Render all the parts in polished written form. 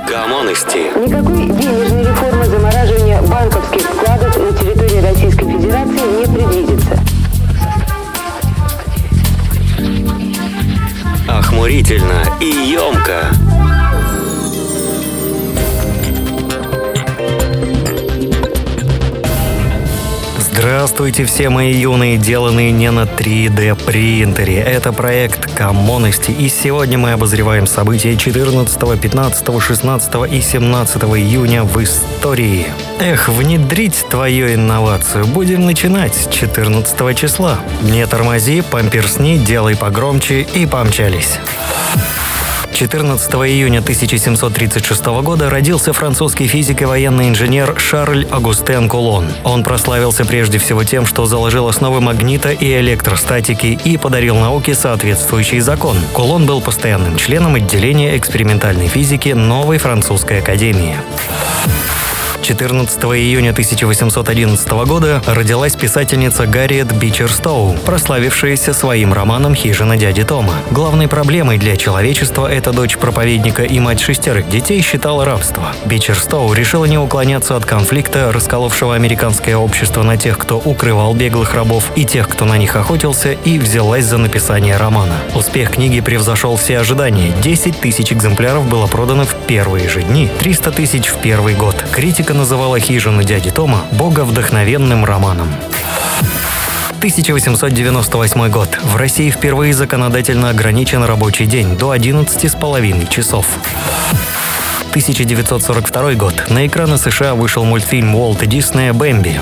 Коммунисти. Никакой денежной реформы замораживания банковских вкладов на территории Российской Федерации не предвидится. Охмурительно и емко. Здравствуйте, все мои юные, деланные не на 3D принтере. Это проект «Коммунисти», и сегодня мы обозреваем события 14, 15, 16 и 17 июня в истории. Внедрить твою инновацию будем начинать с 14 числа. Не тормози, помперсни, делай погромче и помчались. 14 июня 1736 года родился французский физик и военный инженер Шарль Агустен Кулон. Он прославился прежде всего тем, что заложил основы магнита и электростатики и подарил науке соответствующий закон. Кулон был постоянным членом отделения экспериментальной физики Новой французской академии. 14 июня 1811 года родилась писательница Гарриет Бичер Стоу, прославившаяся своим романом «Хижина дяди Тома». Главной проблемой для человечества эта дочь проповедника и мать 6 детей считала рабство. Бичер Стоу решила не уклоняться от конфликта, расколовшего американское общество на тех, кто укрывал беглых рабов, и тех, кто на них охотился, и взялась за написание романа. Успех книги превзошел все ожидания. 10 тысяч экземпляров было продано в первые же дни, 300 тысяч в первый год. Критика называла «Хижину дяди Тома» боговдохновенным романом. 1898 год. В России впервые законодательно ограничен рабочий день до 11,5 часов. 1942 год. На экраны США вышел мультфильм Уолта Диснея «Бэмби».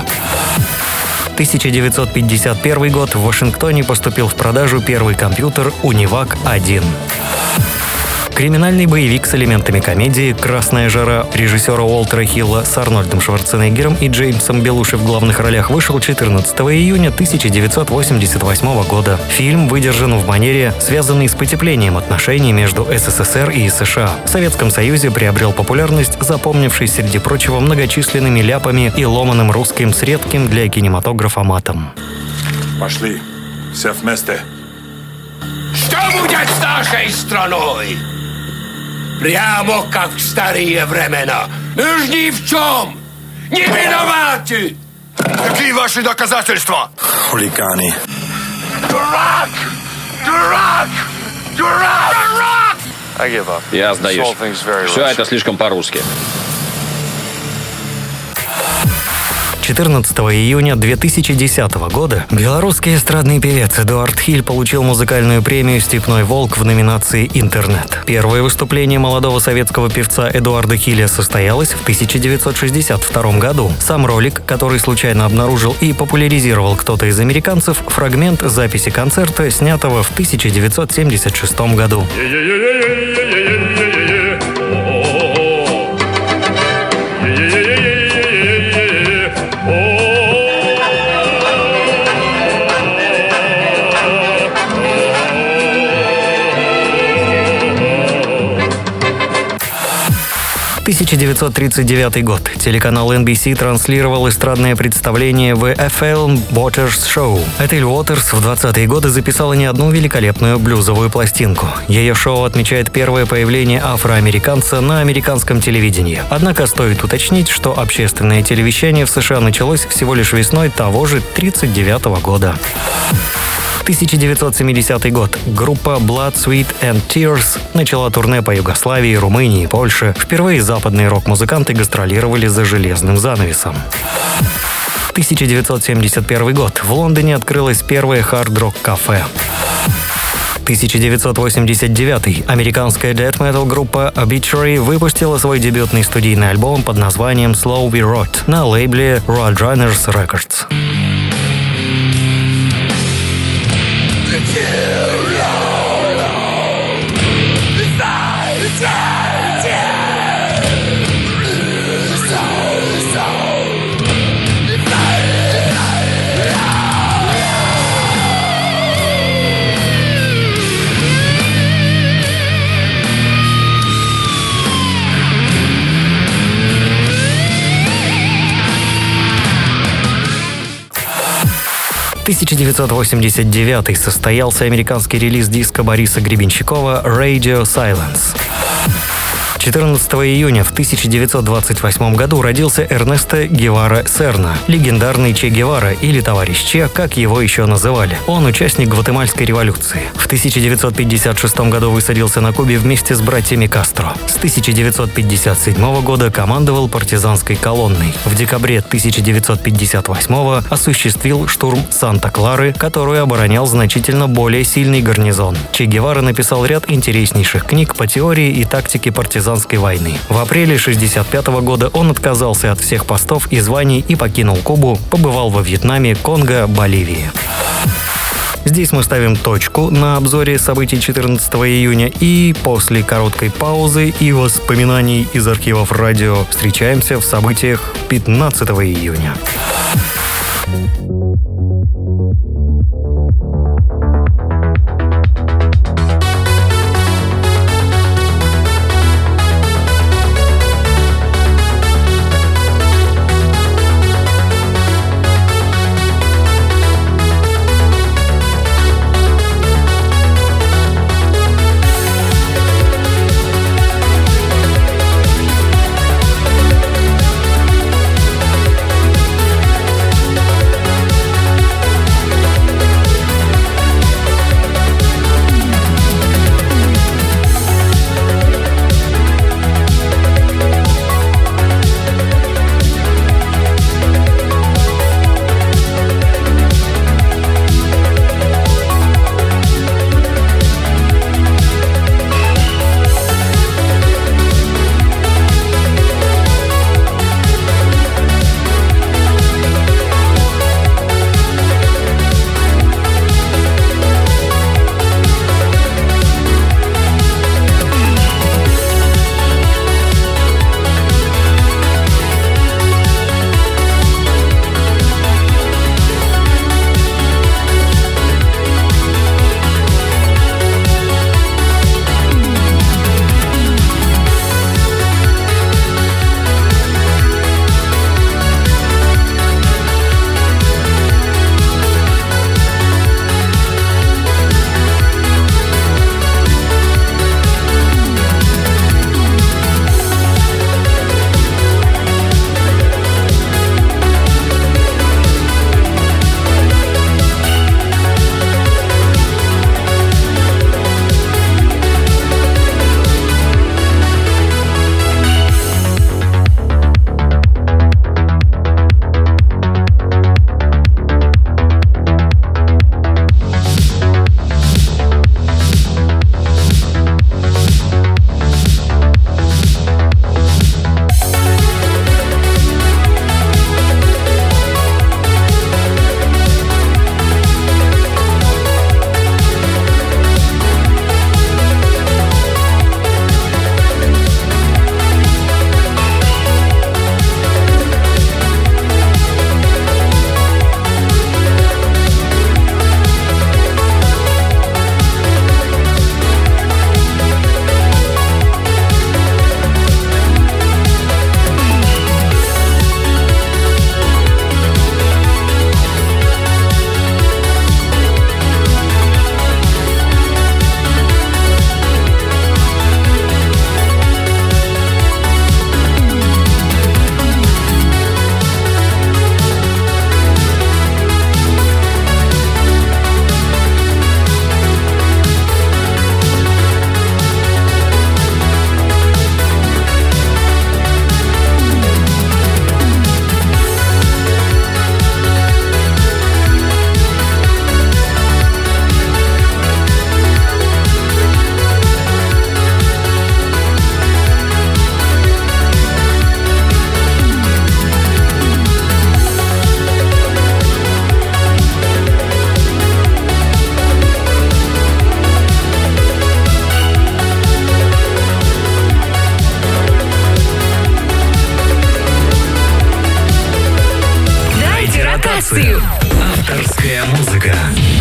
1951 год. В Вашингтоне поступил в продажу первый компьютер «Унивак-1». Криминальный боевик с элементами комедии «Красная жара» режиссера Уолтера Хилла с Арнольдом Шварценеггером и Джеймсом Белуши в главных ролях вышел 14 июня 1988 года. Фильм выдержан в манере, связанной с потеплением отношений между СССР и США. В Советском Союзе приобрел популярность, запомнившись среди прочего многочисленными ляпами и ломаным русским с редким для кинематографа матом. Пошли, все вместе. Что будет с нашей страной? Прямо как в старые времена. Мы ж ни в чем не виноваты. Какие ваши доказательства? Хулиганы. Дурак! Дурак! Дурак! Дурак! Я сдаюсь. Все это слишком по-русски. 14 июня 2010 года белорусский эстрадный певец Эдуард Хиль получил музыкальную премию «Степной волк» в номинации «Интернет». Первое выступление молодого советского певца Эдуарда Хиля состоялось в 1962 году. Сам ролик, который случайно обнаружил и популяризировал кто-то из американцев, фрагмент записи концерта, снятого в 1976 году. 1939 год. Телеканал NBC транслировал эстрадное представление в Ethel Waters Show. Этель Уотерс в 20-е годы записала не одну великолепную блюзовую пластинку. Ее шоу отмечает первое появление афроамериканца на американском телевидении. Однако стоит уточнить, что общественное телевещание в США началось всего лишь весной того же 1939 года. 1970 год. Группа Blood, Sweat and Tears начала турне по Югославии, Румынии, Польше. Впервые западные рок-музыканты гастролировали за железным занавесом. 1971 год. В Лондоне открылось первое хард-рок-кафе. 1989. Американская дэт-метал группа Obituary выпустила свой дебютный студийный альбом под названием Slow We Rot на лейбле Roadrunners Records. В 1989 состоялся американский релиз диска Бориса Гребенщикова «Radio Silence». 14 июня в 1928 году родился Эрнесто Гевара Серна, легендарный Че Гевара или товарищ Че, как его еще называли. Он участник Гватемальской революции. В 1956 году высадился на Кубе вместе с братьями Кастро. С 1957 года командовал партизанской колонной. В декабре 1958 осуществил штурм Санта-Клары, которую оборонял значительно более сильный гарнизон. Че Гевара написал ряд интереснейших книг по теории и тактике партизанской войны. В апреле 1965 года он отказался от всех постов и званий и покинул Кубу, побывал во Вьетнаме, Конго, Боливии. Здесь мы ставим точку на обзоре событий 14 июня и после короткой паузы и воспоминаний из архивов радио встречаемся в событиях 15 июня. Авторская музыка.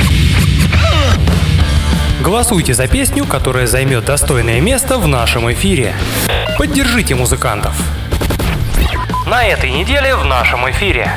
Голосуйте за песню, которая займет достойное место в нашем эфире. Поддержите музыкантов. На этой неделе в нашем эфире.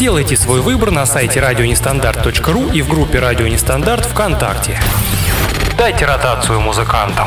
Сделайте свой выбор на сайте radionestandarт.ru и в группе «Радио Нестандарт» ВКонтакте. Дайте ротацию музыкантам.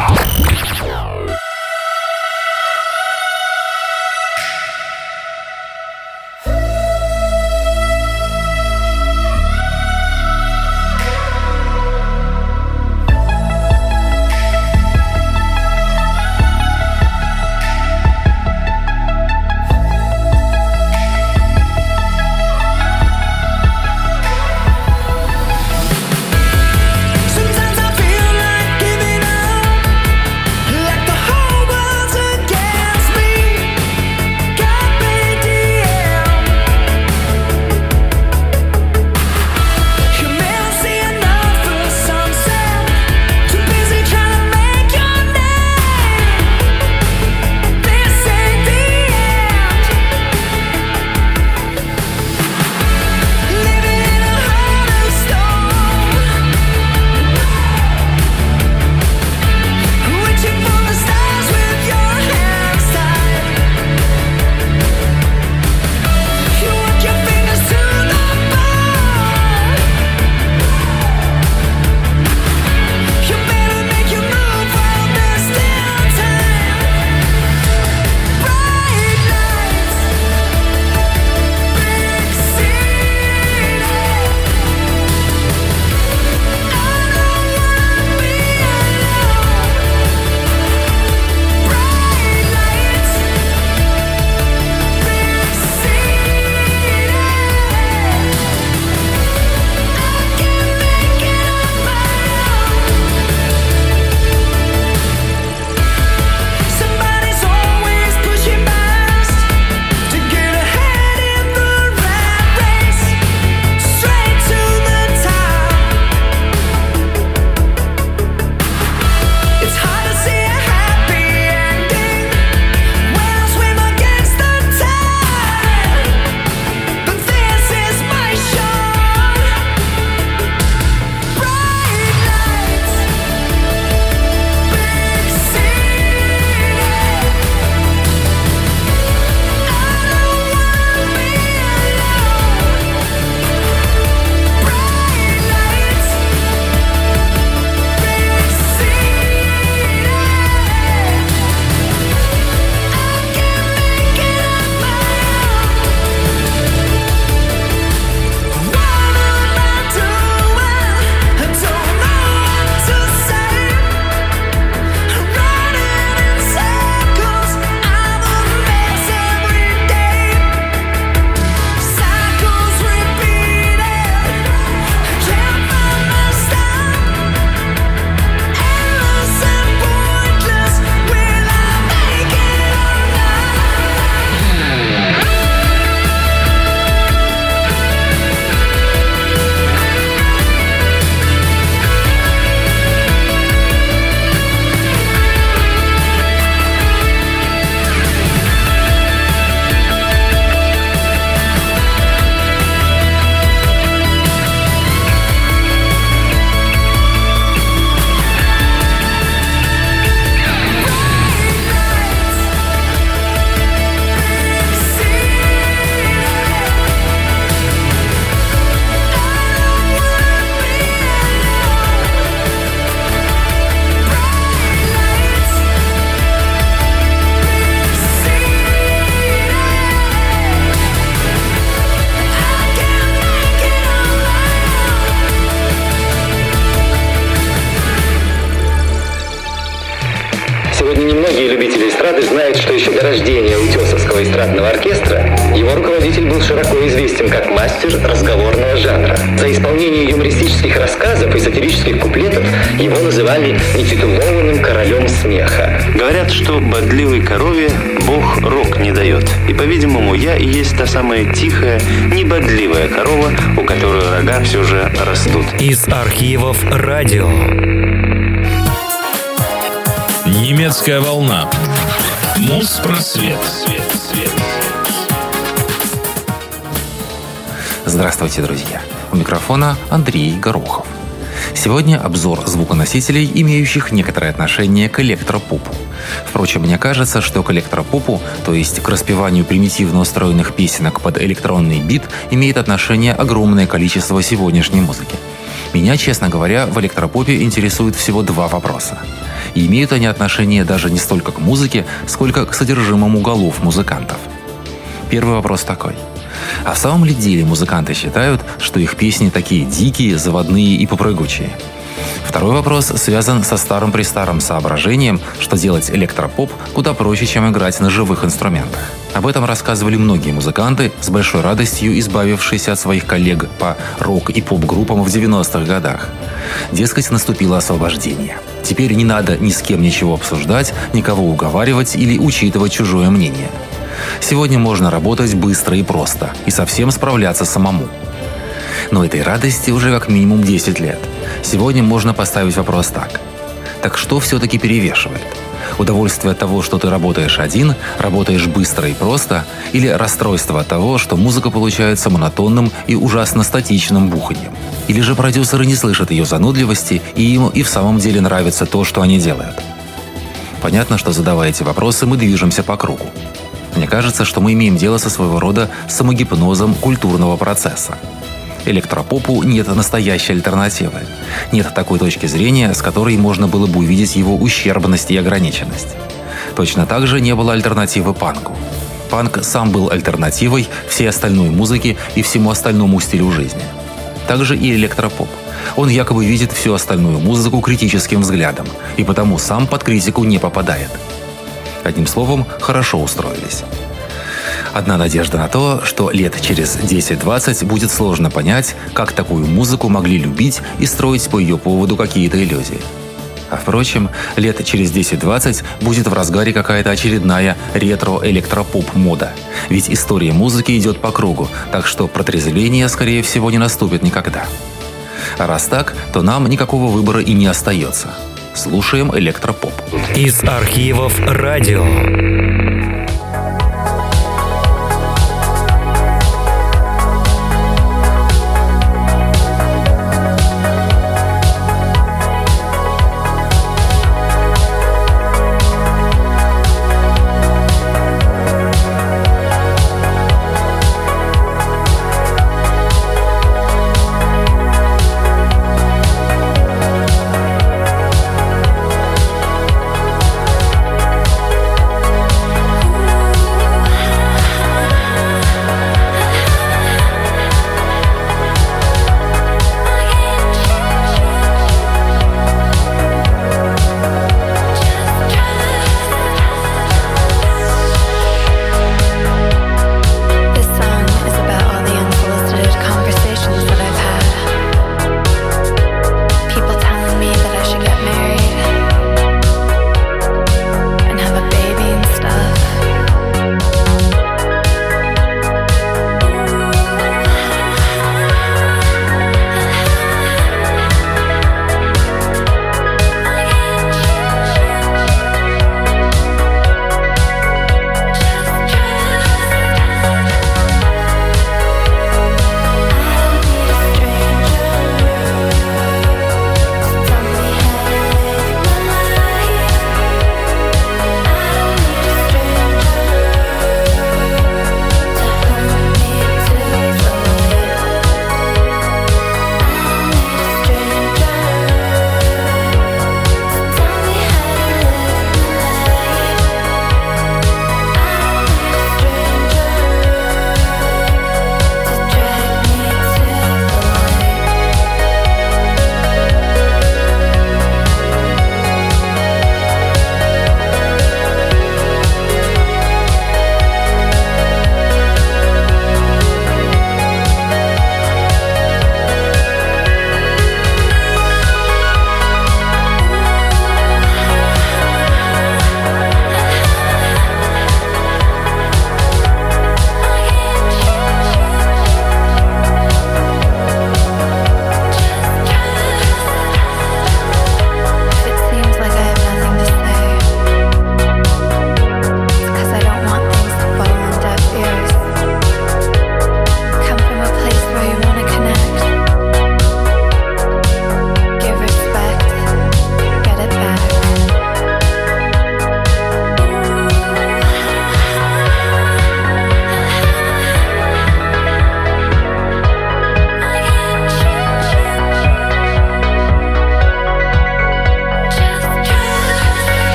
Многие любители эстрады знают, что еще до рождения Утесовского эстрадного оркестра его руководитель был широко известен как мастер разговорного жанра. За исполнение юмористических рассказов и сатирических куплетов его называли нетитулованным королем смеха. Говорят, что бодливой корове Бог рог не дает. И, по-видимому, я и есть та самая тихая, небодливая корова, у которой рога все же растут. Из архивов радио. Немецкая волна. Муспросвет. Здравствуйте, друзья. У микрофона Андрей Горохов. Сегодня обзор звуконосителей, имеющих некоторое отношение к электропопу. Впрочем, мне кажется, что к электропопу, то есть к распеванию примитивно устроенных песенок под электронный бит, имеет отношение огромное количество сегодняшней музыки. Меня, честно говоря, в электропопе интересует всего два вопроса. И имеют они отношение даже не столько к музыке, сколько к содержимому голов музыкантов. Первый вопрос такой. А в самом ли деле музыканты считают, что их песни такие дикие, заводные и попрыгучие? Второй вопрос связан со старым-престарым соображением, что делать электропоп куда проще, чем играть на живых инструментах. Об этом рассказывали многие музыканты, с большой радостью избавившиеся от своих коллег по рок- и поп-группам в 90-х годах. Дескать, наступило освобождение. Теперь не надо ни с кем ничего обсуждать, никого уговаривать или учитывать чужое мнение. Сегодня можно работать быстро и просто, и совсем справляться самому. Но этой радости уже как минимум 10 лет. Сегодня можно поставить вопрос так. Так что все-таки перевешивает? Удовольствие от того, что ты работаешь один, работаешь быстро и просто, или расстройство от того, что музыка получается монотонным и ужасно статичным буханьем? Или же продюсеры не слышат ее занудливости, и им и в самом деле нравится то, что они делают? Понятно, что задавая эти вопросы, мы движемся по кругу. Мне кажется, что мы имеем дело со своего рода самогипнозом культурного процесса. Электропопу нет настоящей альтернативы. Нет такой точки зрения, с которой можно было бы увидеть его ущербность и ограниченность. Точно так же не было альтернативы панку. Панк сам был альтернативой всей остальной музыке и всему остальному стилю жизни. Также и электропоп. Он якобы видит всю остальную музыку критическим взглядом, и потому сам под критику не попадает. Одним словом, хорошо устроились. Одна надежда на то, что лет через 10-20 будет сложно понять, как такую музыку могли любить и строить по ее поводу какие-то иллюзии. А впрочем, лет через 10-20 будет в разгаре какая-то очередная ретро-электропоп-мода. Ведь история музыки идет по кругу, так что протрезвление, скорее всего, не наступит никогда. А раз так, то нам никакого выбора и не остается. Слушаем электропоп. Из архивов радио.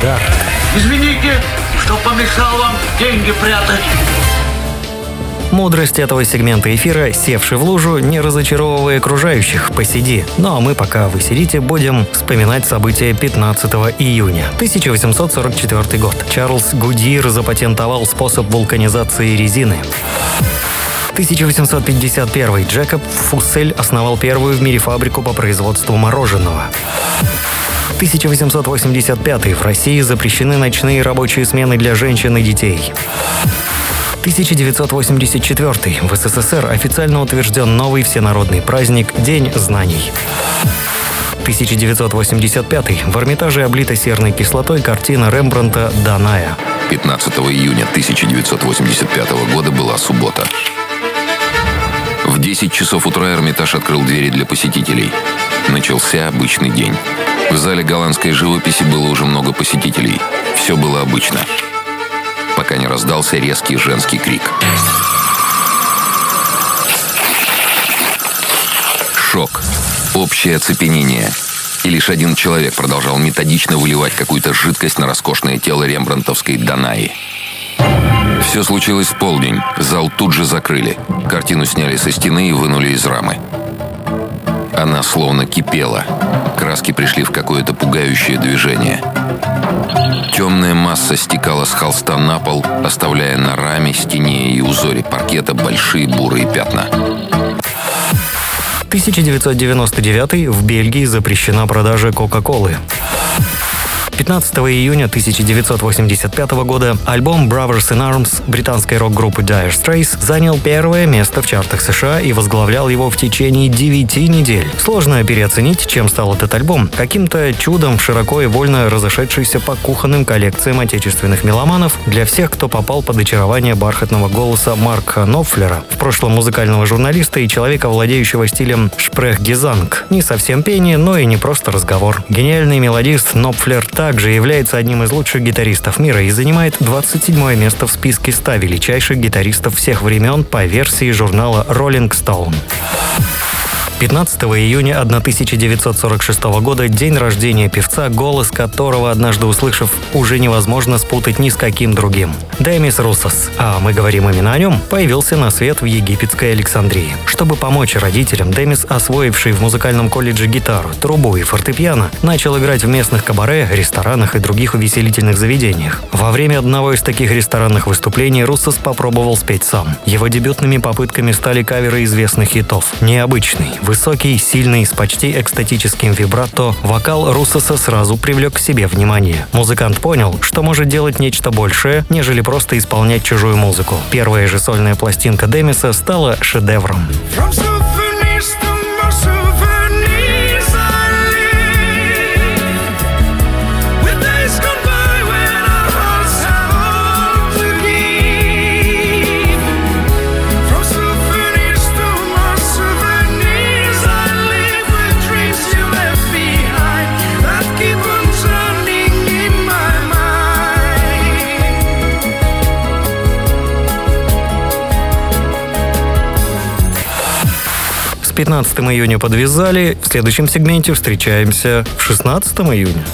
подарок. Извините, что помешал вам деньги прятать. Мудрость этого сегмента эфира: севший в лужу, не разочаровывая окружающих, посиди. Ну а мы, пока вы сидите, будем вспоминать события 15 июня. 1844 год. Чарльз Гудьир запатентовал способ вулканизации резины. 1851. Джекоб Фуссель основал первую в мире фабрику по производству мороженого. 1885. В России запрещены ночные рабочие смены для женщин и детей. 1984. В СССР официально утвержден новый всенародный праздник День знаний. 1985. В Эрмитаже облита серной кислотой картина Рембрандта «Даная». 15 июня 1985 года была суббота. В 10 часов утра Эрмитаж открыл двери для посетителей. Начался обычный день. В зале голландской живописи было уже много посетителей. Все было обычно, пока не раздался резкий женский крик. Шок. Общее оцепенение. И лишь один человек продолжал методично выливать какую-то жидкость на роскошное тело рембрандтовской Данаи. Все случилось в полдень. Зал тут же закрыли. Картину сняли со стены и вынули из рамы. Она словно кипела. Краски пришли в какое-то пугающее движение. Темная масса стекала с холста на пол, оставляя на раме, стене и узоре паркета большие бурые пятна. 1999. В Бельгии запрещена продажа Кока-Колы. 15 июня 1985 года альбом Brothers in Arms британской рок-группы Dire Straits занял первое место в чартах США и возглавлял его в течение 9 недель. Сложно переоценить, чем стал этот альбом. Каким-то чудом широко и вольно разошедшийся по кухонным коллекциям отечественных меломанов для всех, кто попал под очарование бархатного голоса Марка Нопфлера, в прошлом музыкального журналиста и человека, владеющего стилем шпрехгезанг. Не совсем пение, но и не просто разговор. Гениальный мелодист Нопфлер также является одним из лучших гитаристов мира и занимает 27 место в списке 100 величайших гитаристов всех времен по версии журнала Rolling Stone. 15 июня 1946 года день рождения певца, голос которого, однажды услышав, уже невозможно спутать ни с каким другим. Демис Руссос, а мы говорим именно о нем, появился на свет в египетской Александрии. Чтобы помочь родителям, Демис, освоивший в музыкальном колледже гитару, трубу и фортепиано, начал играть в местных кабаре, ресторанах и других увеселительных заведениях. Во время одного из таких ресторанных выступлений Руссос попробовал спеть сам. Его дебютными попытками стали каверы известных хитов. Необычный, высокий, сильный, с почти экстатическим вибрато, вокал Руссоса сразу привлек к себе внимание. Музыкант понял, что может делать нечто большее, нежели просто исполнять чужую музыку. Первая же сольная пластинка Демиса стала шедевром. С 15 июня подвязали. В следующем сегменте встречаемся в 16 июня.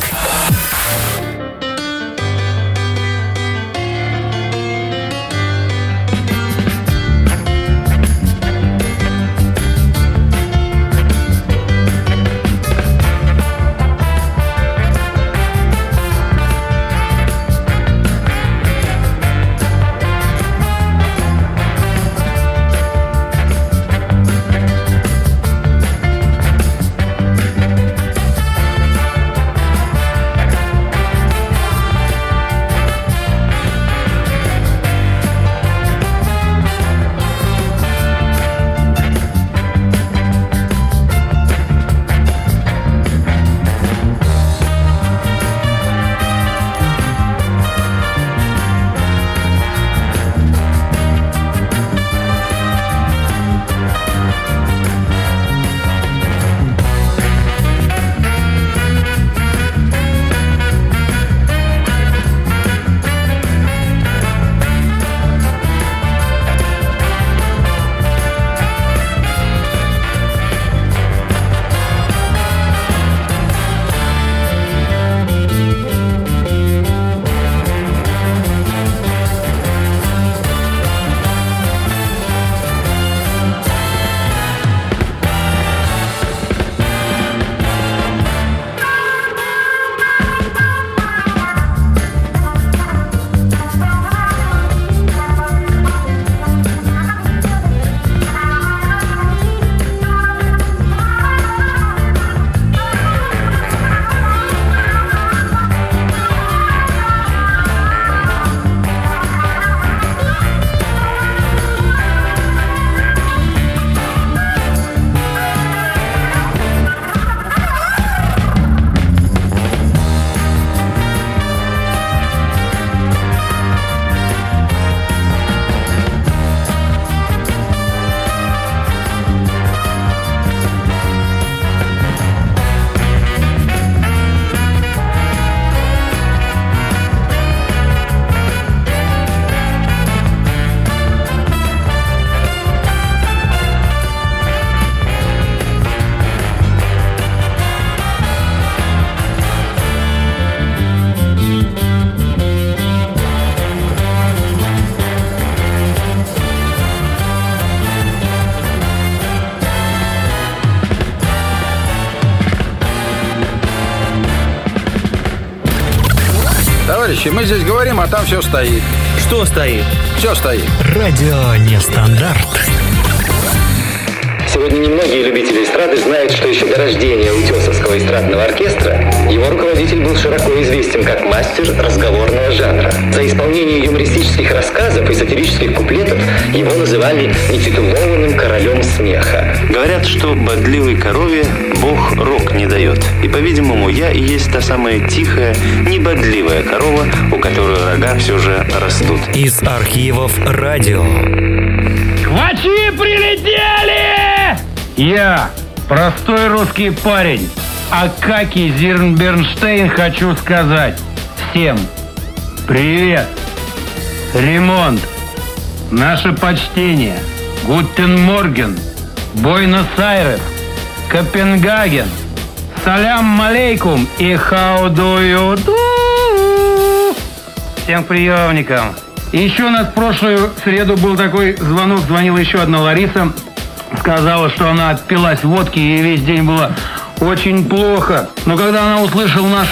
товарищи, мы здесь говорим, а там все стоит. Что стоит? Все стоит. Радио Нестандарт. Сегодня немногие любители эстрады знают, что еще до рождения Утесовского эстрадного оркестра его руководитель был широко известен как мастер разговорного жанра. За исполнение юмористических рассказов и сатирических куплетов его называли нетитулованным королем смеха. Говорят, что бодливой корове Бог рог не дает. И, по-видимому, я и есть та самая тихая, небодливая корова, у которой рога все же растут. Из архивов радио. Хвачи прилетели! Я, простой русский парень, Акакий Зирнбернштейн, хочу сказать всем привет, ремонт, наше почтение, гутен морген, Буэнос-Айрес, Копенгаген, салям алейкум и how do you do? Всем приемникам. И еще у нас в прошлую среду был такой звонок, звонила еще одна Лариса, сказала, что она отпилась водки, и весь день было очень плохо. Но когда она услышала наш...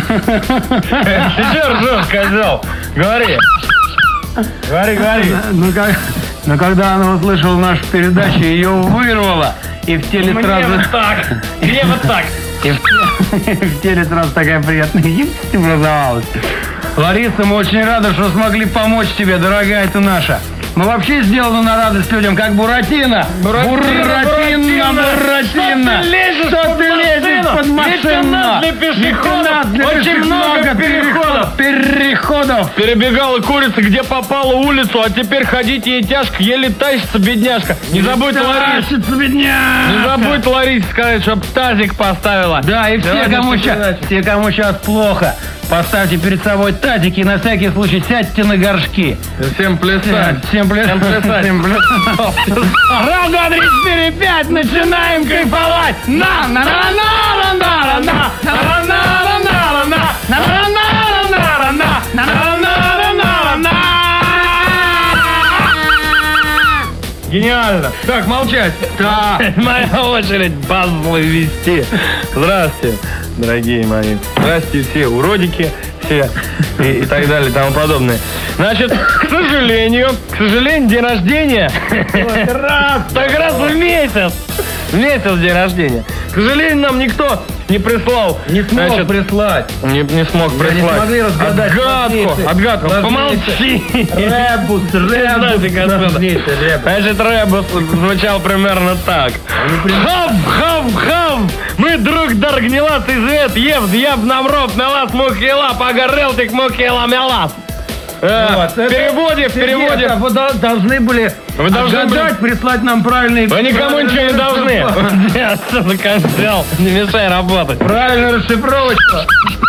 Ты ржешь, козел? Говори. Говори. Но когда она услышала нашу передачу, ее вырвало, и в теле сразу... Мне вот так. Мне вот так. И в теле сразу такая приятная гибкость образовалась. Лариса, мы очень рады, что смогли помочь тебе, дорогая ты наша. Мы вообще сделаны на радость людям, как Буратино. Буратино. Что ты лезешь под машину? Для пешеходов. Очень много переходов. Перебегала курица, где попала улицу, а теперь ходить ей тяжко, еле тащится, бедняжка. Не забудь, Лариса. Не забудь, Ларисе, сказать, чтоб тазик поставила. Да, и все, кому сейчас плохо, поставьте перед собой тазики и на всякий случай сядьте на горшки. Всем плясать. Всем плясать. Раз, два, три, четыре, пять, начинаем кайфовать. Гениально. Так, молчать. Да. Моя очередь пазлы вести. Здравствуйте, дорогие мои. Здравствуйте все уродики, все и так далее и тому подобное. Значит, к сожалению, день рождения так раз в месяц. В месяц день рождения. К сожалению, нам никто не прислал. Не смог прислать. Не смог прислать. Не смогли разгадать. Отгадку. Помолчи. Ребус. Значит, ребус звучал примерно так. Хав. Мы друг даргнила, ты звет, ев нам роб, мелас, мухила, погорел, ты мухила, мелас. В переводе. Вы должны были отгадать, прислать нам правильный... Вы никому ничего не должны. Не мешай работать. Правильная расшифровочка.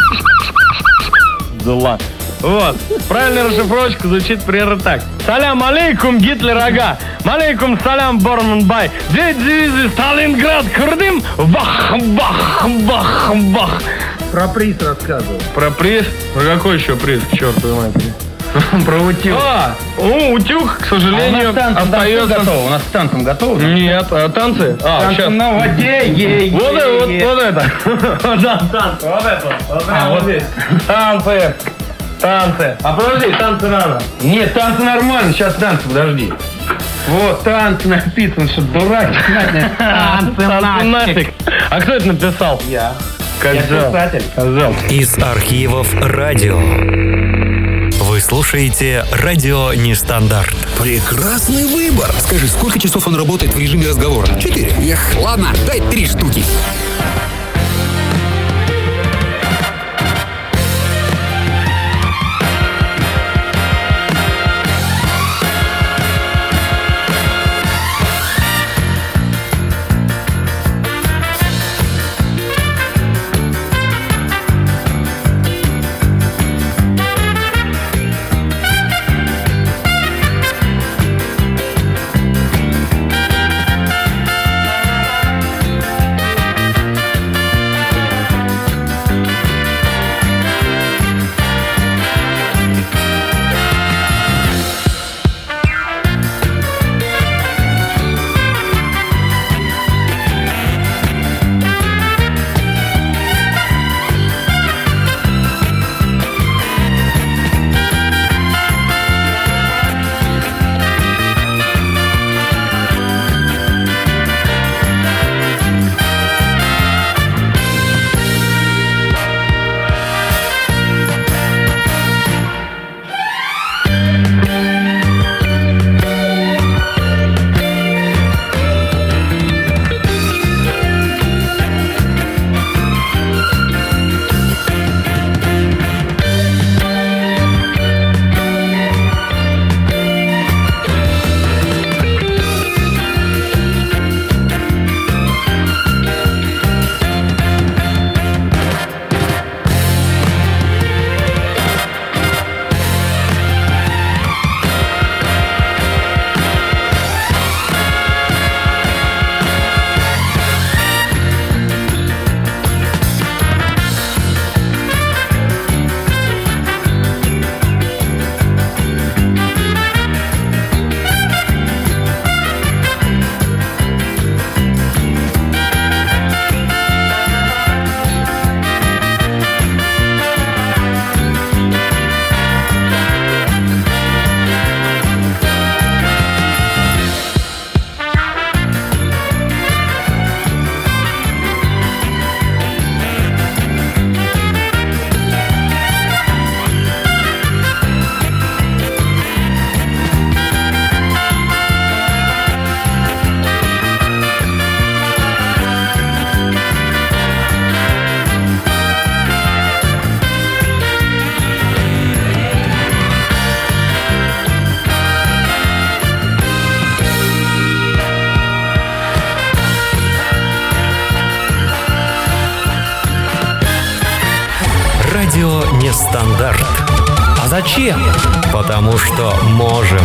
Да ладно. Вот. Правильная расшифровочка звучит примерно так. Салям алейкум, Гитлер ага. Малейкум салям, Борманбай. Дивизии Сталинград, Курдым. Бах. Про приз рассказывал. Про приз? Про какой еще приз, к черту матери? Про утюг. Утюг, к сожалению, остается... У нас с танцем готово? Нет, танцы? Танцы на воде. Вот это. Вот здесь. Танцы. А подожди, танцы рано. Нет, танцы нормально, сейчас танцы, подожди. Вот, танцы написано, что дурак. Танцы нафиг. А кто это написал? Я. Козел. Из архивов радио. Вы слушаете «Радио Нестандарт». Прекрасный выбор. Скажи, сколько часов он работает в режиме разговора? 4. Эх, ладно, дай 3 штуки. нестандарт. А зачем? Потому что можем.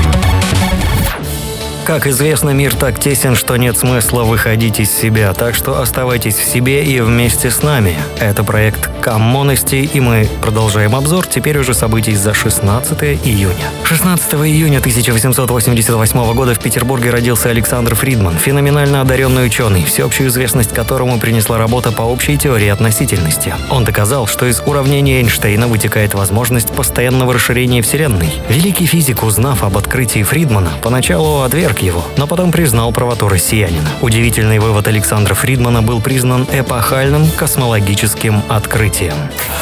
Как известно, мир так тесен, что нет смысла выходить из себя, так что оставайтесь в себе и вместе с нами. Это проект «Коммонности», и мы продолжаем обзор теперь уже событий за 16 июня. 16 июня 1888 года в Петербурге родился Александр Фридман, феноменально одаренный ученый, всеобщую известность которому принесла работа по общей теории относительности. Он доказал, что из уравнения Эйнштейна вытекает возможность постоянного расширения Вселенной. Великий физик, узнав об открытии Фридмана, поначалу отверг его, но потом признал правоту россиянина. Удивительный вывод Александра Фридмана был признан эпохальным космологическим открытием.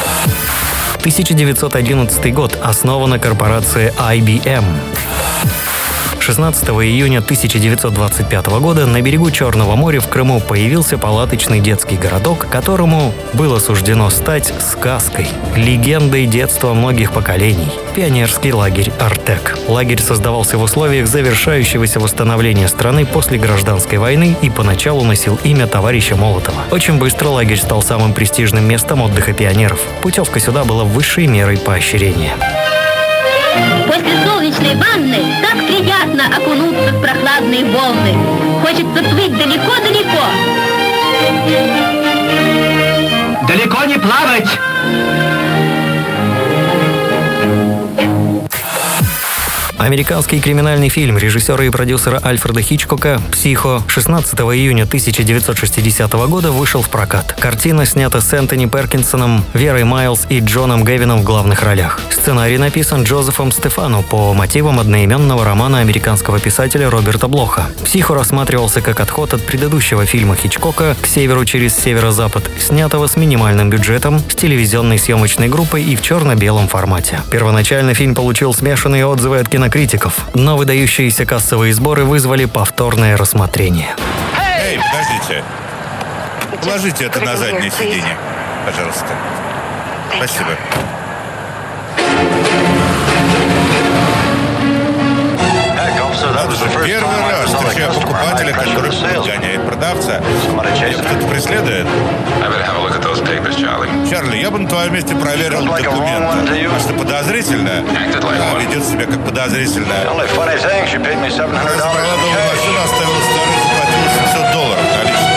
1911 год. Основана корпорация IBM. 16 июня 1925 года на берегу Черного моря в Крыму появился палаточный детский городок, которому было суждено стать сказкой, легендой детства многих поколений. Пионерский лагерь «Артек». Лагерь создавался в условиях завершающегося восстановления страны после гражданской войны и поначалу носил имя товарища Молотова. Очень быстро лагерь стал самым престижным местом отдыха пионеров. Путевка сюда была высшей мерой поощрения. После солнечной ванны так приятно окунуться в прохладные волны. Хочется плыть далеко-далеко. Далеко не плавать! Американский криминальный фильм режиссера и продюсера Альфреда Хичкока «Психо» 16 июня 1960 года вышел в прокат. Картина снята с Энтони Перкинсоном, Верой Майлз и Джоном Гевином в главных ролях. Сценарий написан Джозефом Стефано по мотивам одноименного романа американского писателя Роберта Блоха. «Психо» рассматривался как отход от предыдущего фильма Хичкока «К северу через северо-запад», снятого с минимальным бюджетом, с телевизионной съемочной группой и в черно-белом формате. Первоначально фильм получил смешанные отзывы от кинокритиков, но выдающиеся кассовые сборы вызвали повторное рассмотрение. Эй, подождите. Положите это на заднее сиденье, пожалуйста. Спасибо. Это же первый раз встречаю покупателя, который подгоняет продавца. Меня кто-то преследует? Чарли, я бы на твоем месте проверил документы. Что подозрительно? Да, ведет себя как подозрительно. Я забрала новую машину, оставила старую, заплатила $700 наличными.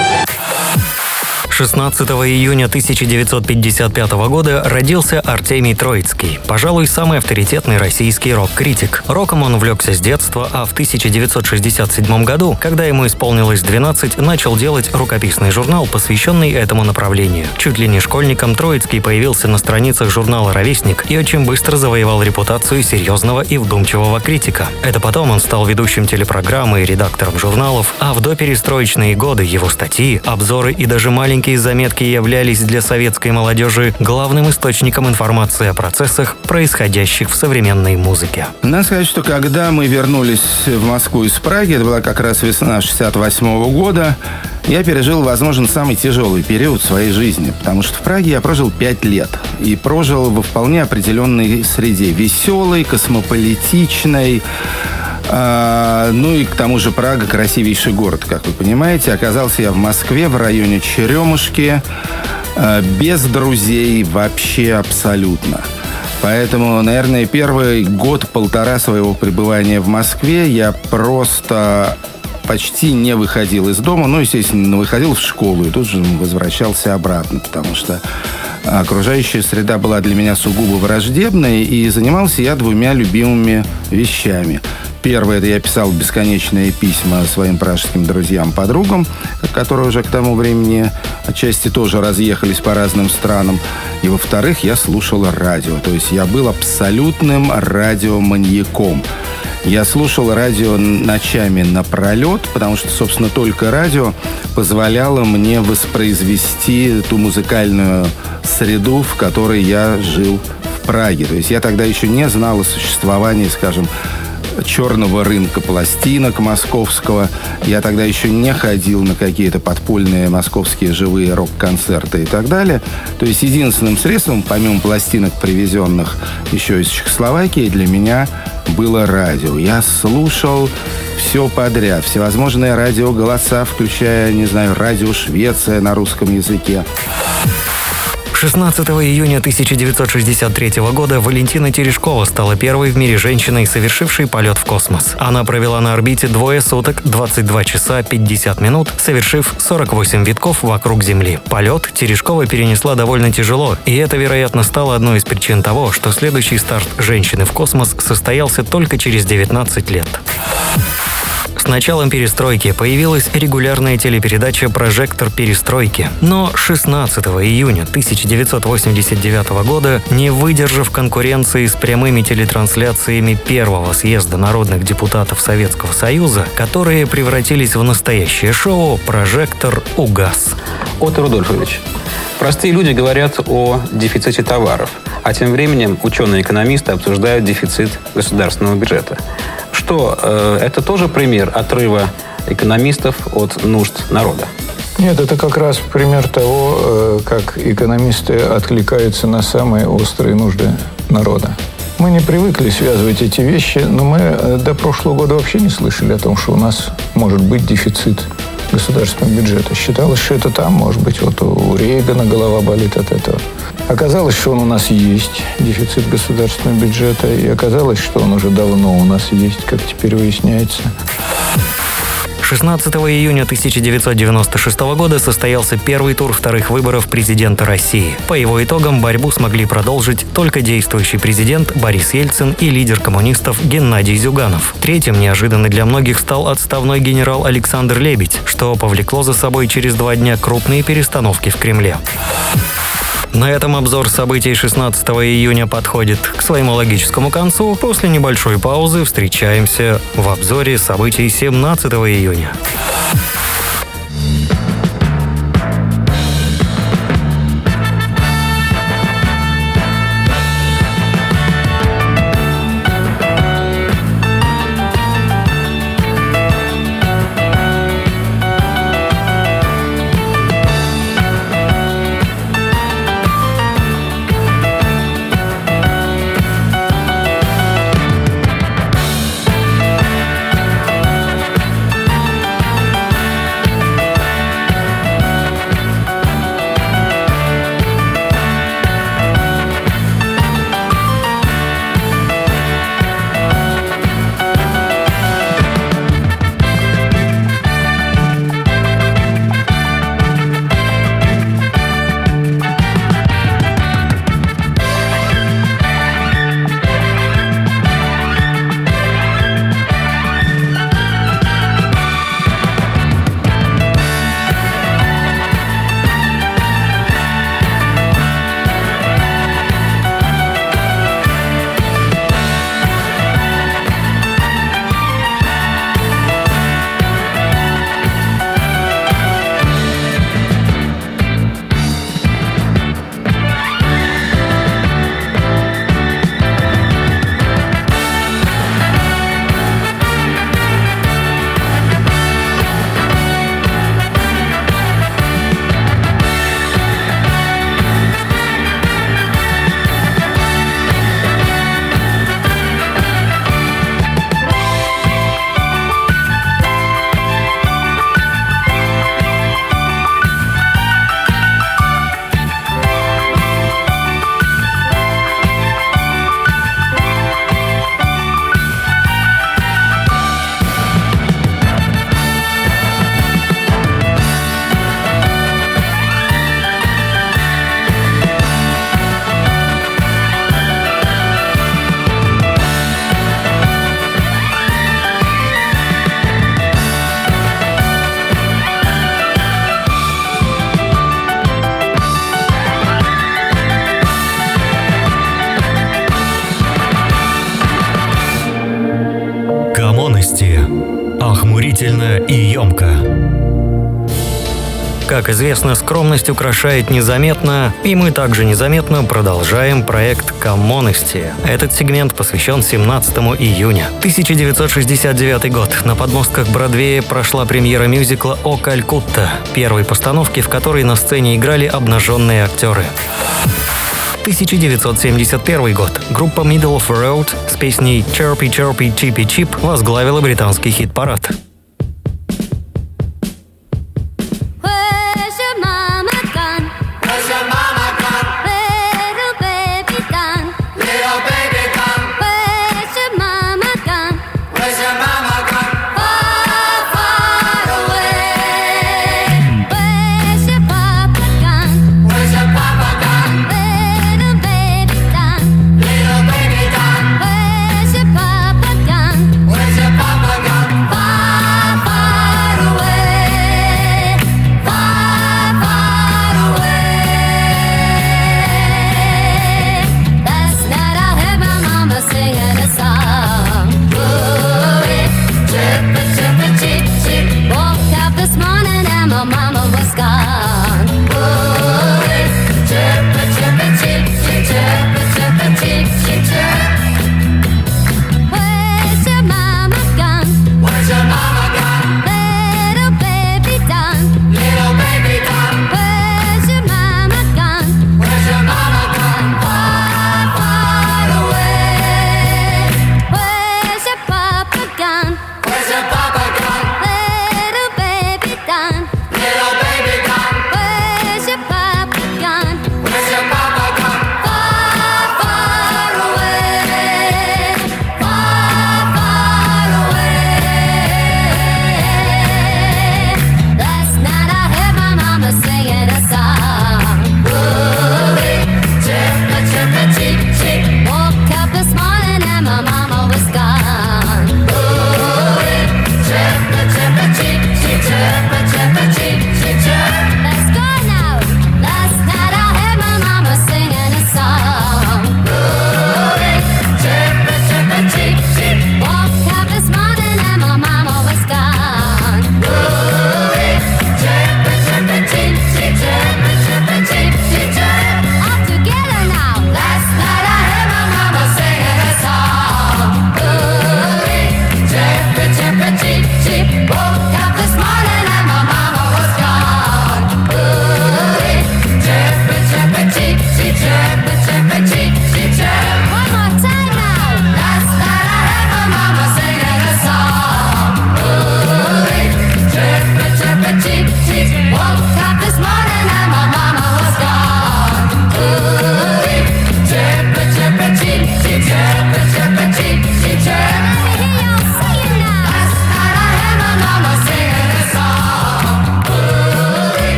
16 июня 1955 года родился Артемий Троицкий, пожалуй, самый авторитетный российский рок-критик. Роком он увлекся с детства, а в 1967 году, когда ему исполнилось 12, начал делать рукописный журнал, посвященный этому направлению. Чуть ли не школьником Троицкий появился на страницах журнала «Ровесник» и очень быстро завоевал репутацию серьезного и вдумчивого критика. Это потом он стал ведущим телепрограммы и редактором журналов, а в доперестроечные годы его статьи, обзоры и даже маленькие заметки являлись для советской молодежи главным источником информации о процессах, происходящих в современной музыке. Надо сказать, что когда мы вернулись в Москву из Праги, это была как раз весна 68 года, я пережил, возможно, самый тяжелый период в своей жизни, потому что в Праге я прожил 5 лет. И прожил во вполне определенной среде. Веселой, космополитичной. Ну и к тому же Прага красивейший город, как вы понимаете. Оказался я в Москве, в районе Черемушки, без друзей вообще абсолютно. Поэтому, наверное, первый год-полтора своего пребывания в Москве я просто почти не выходил из дома. Ну, естественно, выходил в школу и тут же возвращался обратно, потому что окружающая среда была для меня сугубо враждебной, и занимался я двумя любимыми вещами. Первое, это я писал бесконечные письма своим пражским друзьям-подругам, которые уже к тому времени отчасти тоже разъехались по разным странам. И, во-вторых, я слушал радио. То есть я был абсолютным радиоманьяком. Я слушал радио ночами напролет, потому что, собственно, только радио позволяло мне воспроизвести ту музыкальную среду, в которой я жил в Праге. То есть я тогда еще не знал о существовании, скажем, черного рынка пластинок московского. Я тогда еще не ходил на какие-то подпольные московские живые рок-концерты и так далее. То есть единственным средством, помимо пластинок, привезенных еще из Чехословакии, для меня было радио. Я слушал все подряд. Всевозможные радиоголоса, включая, не знаю, радио Швеция на русском языке. 16 июня 1963 года Валентина Терешкова стала первой в мире женщиной, совершившей полет в космос. Она провела на орбите 2 суток, 22 часа 50 минут, совершив 48 витков вокруг Земли. Полет Терешкова перенесла довольно тяжело, и это, вероятно, стало одной из причин того, что следующий старт женщины в космос состоялся только через 19 лет. С началом перестройки появилась регулярная телепередача «Прожектор перестройки». Но 16 июня 1989 года, не выдержав конкуренции с прямыми телетрансляциями первого съезда народных депутатов Советского Союза, которые превратились в настоящее шоу, «Прожектор» угас. Отто Рудольфович, простые люди говорят о дефиците товаров, а тем временем ученые-экономисты обсуждают дефицит государственного бюджета. Что, это тоже пример отрыва экономистов от нужд народа? Нет, это как раз пример того, как экономисты откликаются на самые острые нужды народа. Мы не привыкли связывать эти вещи, но мы до прошлого года вообще не слышали о том, что у нас может быть дефицит государственного бюджета. Считалось, что это там, может быть, вот у Рейгана голова болит от этого. Оказалось, что он у нас есть, дефицит государственного бюджета, и оказалось, что он уже давно у нас есть, как теперь выясняется. 16 июня 1996 года состоялся первый тур вторых выборов президента России. По его итогам борьбу смогли продолжить только действующий президент Борис Ельцин и лидер коммунистов Геннадий Зюганов. Третьим неожиданно для многих стал отставной генерал Александр Лебедь, что повлекло за собой через 2 дня крупные перестановки в Кремле. На этом обзор событий 16 июня подходит к своему логическому концу. После небольшой паузы встречаемся в обзоре событий 17 июня. Охмурительно и емко. Как известно, скромность украшает незаметно, и мы также незаметно продолжаем проект «Коммонности». Этот сегмент посвящен 17 июня. 1969 год. На подмостках Бродвея прошла премьера мюзикла «О Калькутта», первой постановки, в которой на сцене играли обнаженные актеры. 1971 год. Группа Middle of the Road с песней «Chirpy Chirpy Chippy Chip» возглавила британский хит-парад. Where's your mama gone? Where's your mama gone?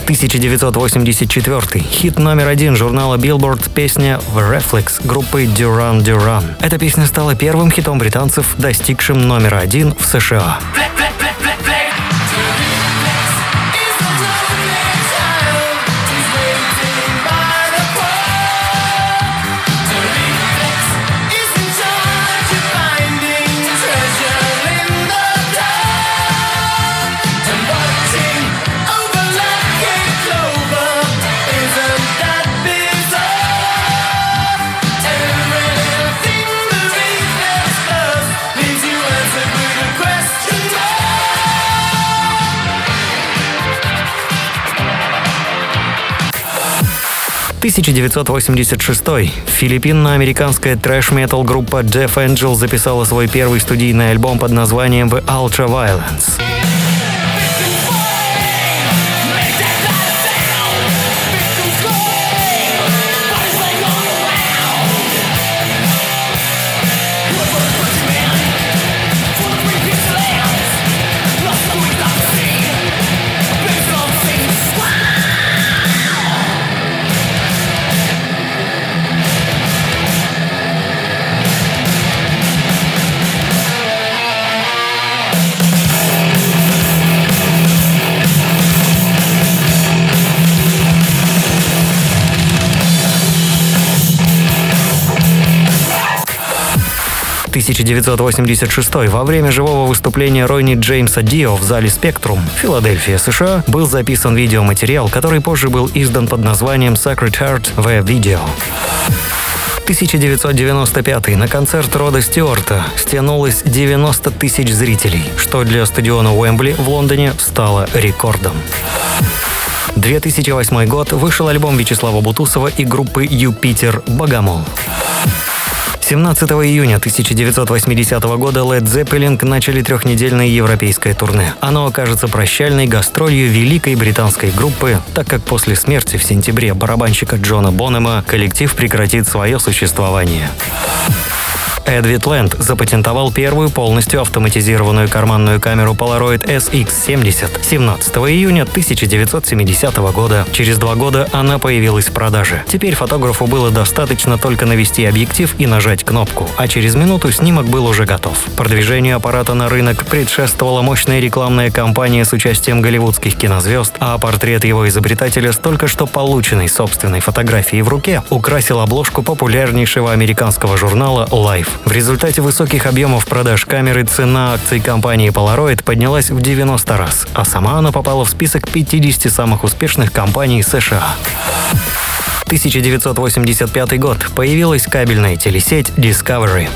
1984. Хит номер 1 журнала Billboard, песня «The Reflex» группы Duran Duran. Эта песня стала первым хитом британцев, достигшим номера 1 в США. 1986. Филиппино-американская трэш-метал группа Death Angel записала свой первый студийный альбом под названием The Ultraviolence. В 1986 во время живого выступления Ронни Джеймса Дио в зале Spectrum, Филадельфия, США, был записан видеоматериал, который позже был издан под названием Sacred Heart The Video. 1995 на концерт Рода Стюарта стянулось 90 тысяч зрителей, что для стадиона Уэмбли в Лондоне стало рекордом. 2008 год вышел альбом Вячеслава Бутусова и группы «Юпитер» «Богомол». 17 июня 1980 года Led Zeppelin начали трехнедельное европейское турне. Оно окажется прощальной гастролью великой британской группы, так как после смерти в сентябре барабанщика Джона Бонема коллектив прекратит свое существование. Эдвит Лэнд запатентовал первую полностью автоматизированную карманную камеру Polaroid SX-70 17 июня 1970 года. Через 2 года она появилась в продаже. Теперь фотографу было достаточно только навести объектив и нажать кнопку, а через минуту снимок был уже готов. Продвижению аппарата на рынок предшествовала мощная рекламная кампания с участием голливудских кинозвезд, а портрет его изобретателя с только что полученной собственной фотографией в руке украсил обложку популярнейшего американского журнала Life. В результате высоких объемов продаж камеры цена акций компании Polaroid поднялась в 90 раз, а сама она попала в список 50 самых успешных компаний США. 1985 год. Появилась кабельная телесеть Discovery.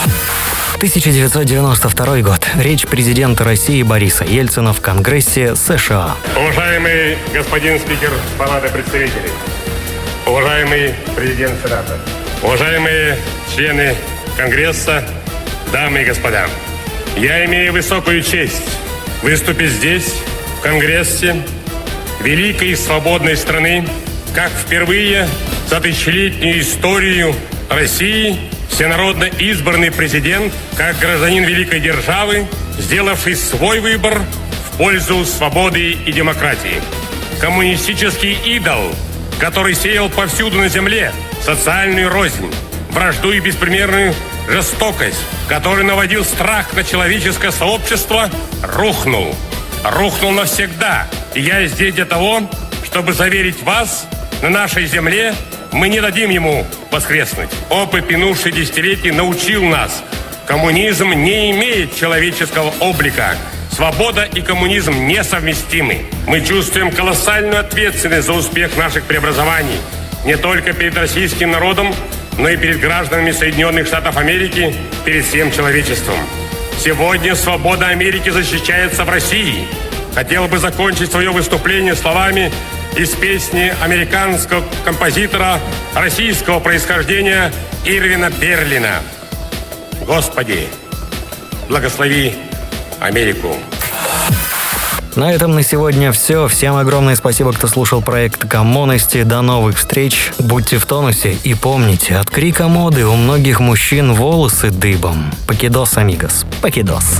1992 год. Речь президента России Бориса Ельцина в Конгрессе США. Уважаемый господин спикер Палаты представителей, уважаемый президент Сената, уважаемые члены Конгресса, дамы и господа, я имею высокую честь выступить здесь, в Конгрессе, великой и свободной страны, как впервые за тысячелетнюю историю России всенародно избранный президент, как гражданин великой державы, сделавший свой выбор в пользу свободы и демократии. Коммунистический идол, который сеял повсюду на земле социальную рознь, вражду и беспримерную жестокость, который наводил страх на человеческое сообщество, рухнул. Рухнул навсегда. И я здесь для того, чтобы заверить вас, на нашей земле мы не дадим ему воскреснуть. Опыт минувших десятилетий научил нас, коммунизм не имеет человеческого облика. Свобода и коммунизм несовместимы. Мы чувствуем колоссальную ответственность за успех наших преобразований не только перед российским народом, но и перед гражданами Соединенных Штатов Америки, перед всем человечеством. Сегодня свобода Америки защищается в России. Хотел бы закончить свое выступление словами из песни американского композитора российского происхождения Ирвина Берлина. Господи, благослови Америку. На этом на сегодня все. Всем огромное спасибо, кто слушал проект «Коммонности». До новых встреч. Будьте в тонусе и помните, от крика моды у многих мужчин волосы дыбом. Покидос, амигос. Покидос.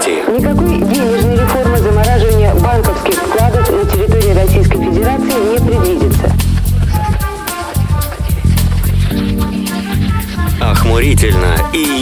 новости. Никакой денежной реформы замораживания банковских вкладов на территории Российской Федерации не предвидится. Охмурительно и